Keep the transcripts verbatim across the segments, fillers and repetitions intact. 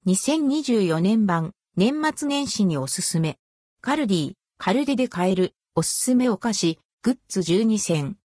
にせんにじゅうよねん版、年末年始におすすめ。カルディ、カルデで買える、おすすめお菓子、グッズじゅうにせん。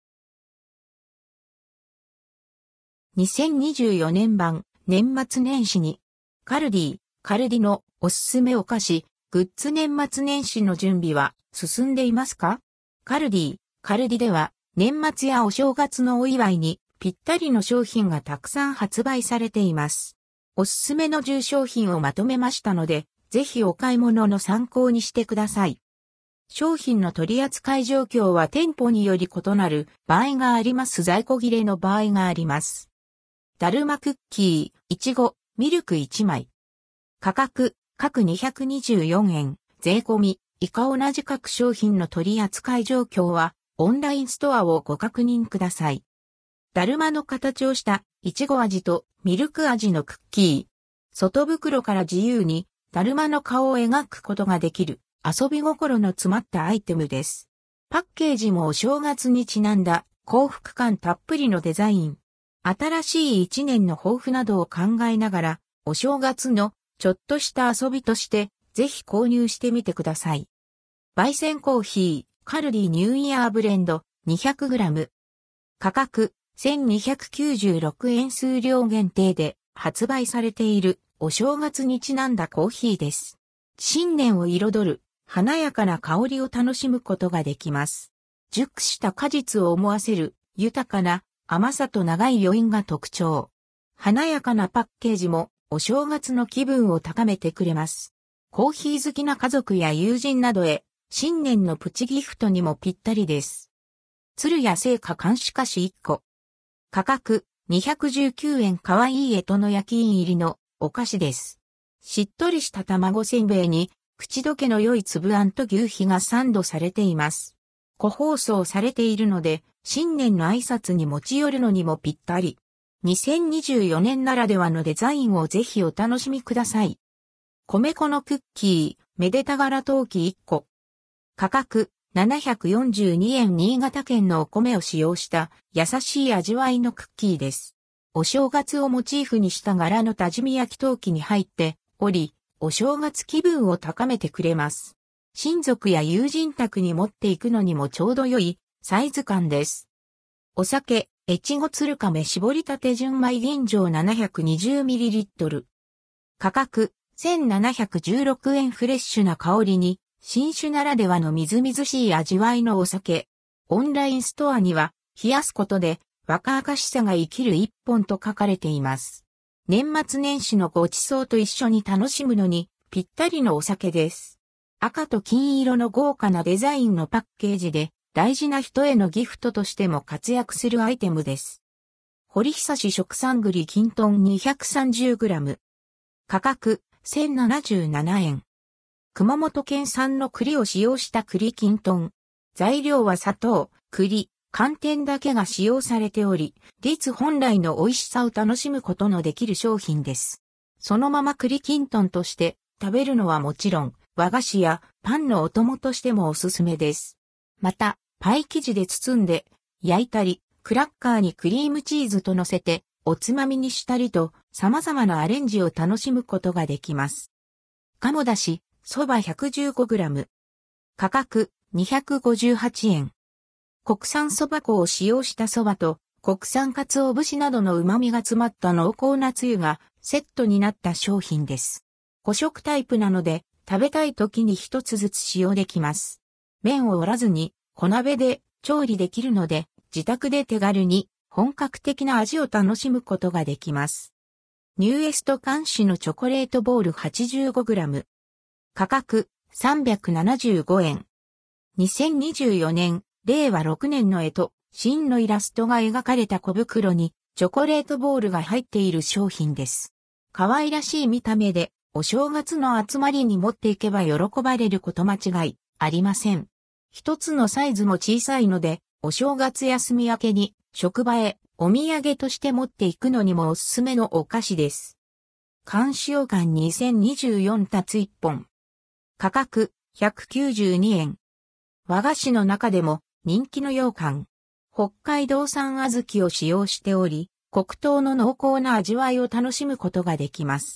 にせんにじゅうよねん版、年末年始に、カルディ、カルディのおすすめお菓子、グッズ年末年始の準備は進んでいますか？カルディ、カルディでは、年末やお正月のお祝いにぴったりの商品がたくさん発売されています。おすすめのじゅう商品をまとめましたので、ぜひお買い物の参考にしてください。商品の取扱い状況は店舗により異なる場合があります。在庫切れの場合があります。だるまクッキー、いちご、ミルクいちまい。価格、各にひゃくにじゅうよんえん、税込み、以下同じ各商品の取扱い状況は、オンラインストアをご確認ください。だるまの形をしたいちご味とミルク味のクッキー。外袋から自由にだるまの顔を描くことができる遊び心の詰まったアイテムです。パッケージもお正月にちなんだ幸福感たっぷりのデザイン。新しい一年の抱負などを考えながらお正月のちょっとした遊びとしてぜひ購入してみてください。焙煎コーヒー。カルディニューイヤーブレンド にひゃくグラム。価格せんにひゃくきゅうじゅうろくえん数量限定で発売されているお正月にちなんだコーヒーです。新年を彩る華やかな香りを楽しむことができます。熟した果実を思わせる豊かな甘さと長い余韻が特徴。華やかなパッケージもお正月の気分を高めてくれます。コーヒー好きな家族や友人などへ新年のプチギフトにもぴったりです。鶴屋製菓監視菓子いっこ。価格にひゃくじゅうきゅうえんかわいい干支の焼き印入りのお菓子です。しっとりした卵せんべいに口どけの良い粒あんと求肥がサンドされています。個包装されているので新年の挨拶に持ち寄るのにもぴったり。にせんにじゅうよねんならではのデザインをぜひお楽しみください。米粉のクッキー、めでた柄陶器いっこ。価格ななひゃくよんじゅうにえん新潟県のお米を使用した優しい味わいのクッキーです。お正月をモチーフにした柄の多治見焼き陶器に入っており、お正月気分を高めてくれます。親族や友人宅に持っていくのにもちょうど良いサイズ感です。お酒、越後鶴亀絞りたて純米吟醸 ななひゃくにじゅうミリリットル。価格せんななひゃくじゅうろくえんフレッシュな香りに新酒ならではのみずみずしい味わいのお酒。オンラインストアには、冷やすことで若々しさが生きる一本と書かれています。年末年始のごちそうと一緒に楽しむのにぴったりのお酒です。赤と金色の豪華なデザインのパッケージで大事な人へのギフトとしても活躍するアイテムです。堀久食産栗きんとん にひゃくさんじゅうグラム。価格せんななじゅうななえん。熊本県産の栗を使用した栗きんとん。材料は砂糖、栗、寒天だけが使用されており、律本来の美味しさを楽しむことのできる商品です。そのまま栗きんとんとして食べるのはもちろん、和菓子やパンのお供としてもおすすめです。また、パイ生地で包んで焼いたり、クラッカーにクリームチーズと乗せておつまみにしたりと様々なアレンジを楽しむことができます。鴨だし、そば ひゃくじゅうごグラム。価格にひゃくごじゅうはちえん。国産そば粉を使用したそばと国産鰹節などの旨味が詰まった濃厚なつゆがセットになった商品です。ご食タイプなので食べたい時に一つずつ使用できます。麺を折らずに小鍋で調理できるので自宅で手軽に本格的な味を楽しむことができます。ニューエスト監視のチョコレートボール はちじゅうごグラム。価格さんびゃくななじゅうごえん。にせんにじゅうよねん、れいわろくねんの干支、真のイラストが描かれた小袋にチョコレートボールが入っている商品です。可愛らしい見た目でお正月の集まりに持っていけば喜ばれること間違いありません。一つのサイズも小さいのでお正月休み明けに職場へお土産として持っていくのにもおすすめのお菓子です。柑子羊羹にせんにじゅうよん達いっぽん。価格ひゃくきゅうじゅうにえん。和菓子の中でも人気の羊羹。北海道産小豆を使用しており、黒糖の濃厚な味わいを楽しむことができます。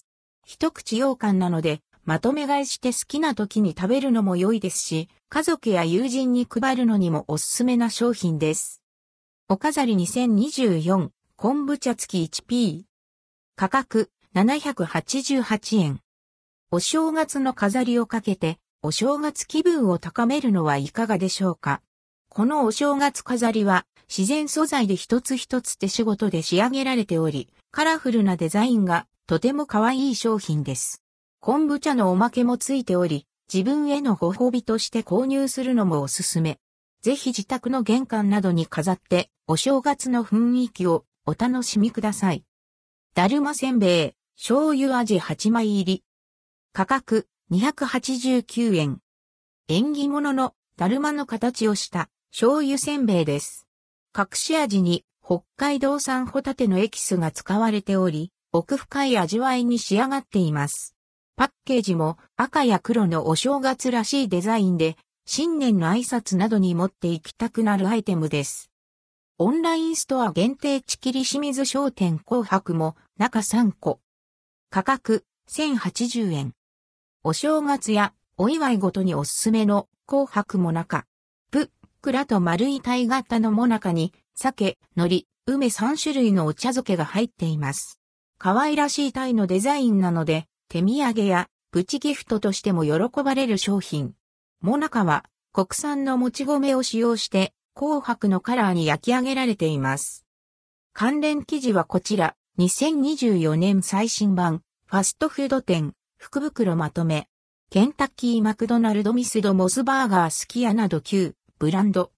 一口羊羹なので、まとめ買いして好きな時に食べるのも良いですし、家族や友人に配るのにもおすすめな商品です。お飾りにせんにじゅうよん、昆布茶付き いちピー。価格ななひゃくはちじゅうはちえん。お正月の飾りをかけて、お正月気分を高めるのはいかがでしょうか。このお正月飾りは自然素材で一つ一つ手仕事で仕上げられており、カラフルなデザインがとても可愛い商品です。昆布茶のおまけもついており、自分へのご褒美として購入するのもおすすめ。ぜひ自宅の玄関などに飾ってお正月の雰囲気をお楽しみください。だるませんべい、醤油味はちまい入り。価格にひゃくはちじゅうきゅうえん。縁起物のだるまの形をした醤油せんべいです。隠し味に北海道産ホタテのエキスが使われており、奥深い味わいに仕上がっています。パッケージも赤や黒のお正月らしいデザインで、新年の挨拶などに持って行きたくなるアイテムです。オンラインストア限定ちきり清水商店紅白も中さんこ。価格せんはちじゅうえん。お正月やお祝いごとにおすすめの紅白もなか。ぷっくらと丸い鯛型のもなかに鮭、海苔、梅さんしゅるいのお茶漬けが入っています。可愛らしい鯛のデザインなので手土産やプチギフトとしても喜ばれる商品。もなかは国産のもち米を使用して紅白のカラーに焼き上げられています。関連記事はこちら、にせんにじゅうよねん最新版、ファストフード店、福袋まとめ。ケンタッキーマクドナルドミスドモスバーガーすき家などきゅうブランド。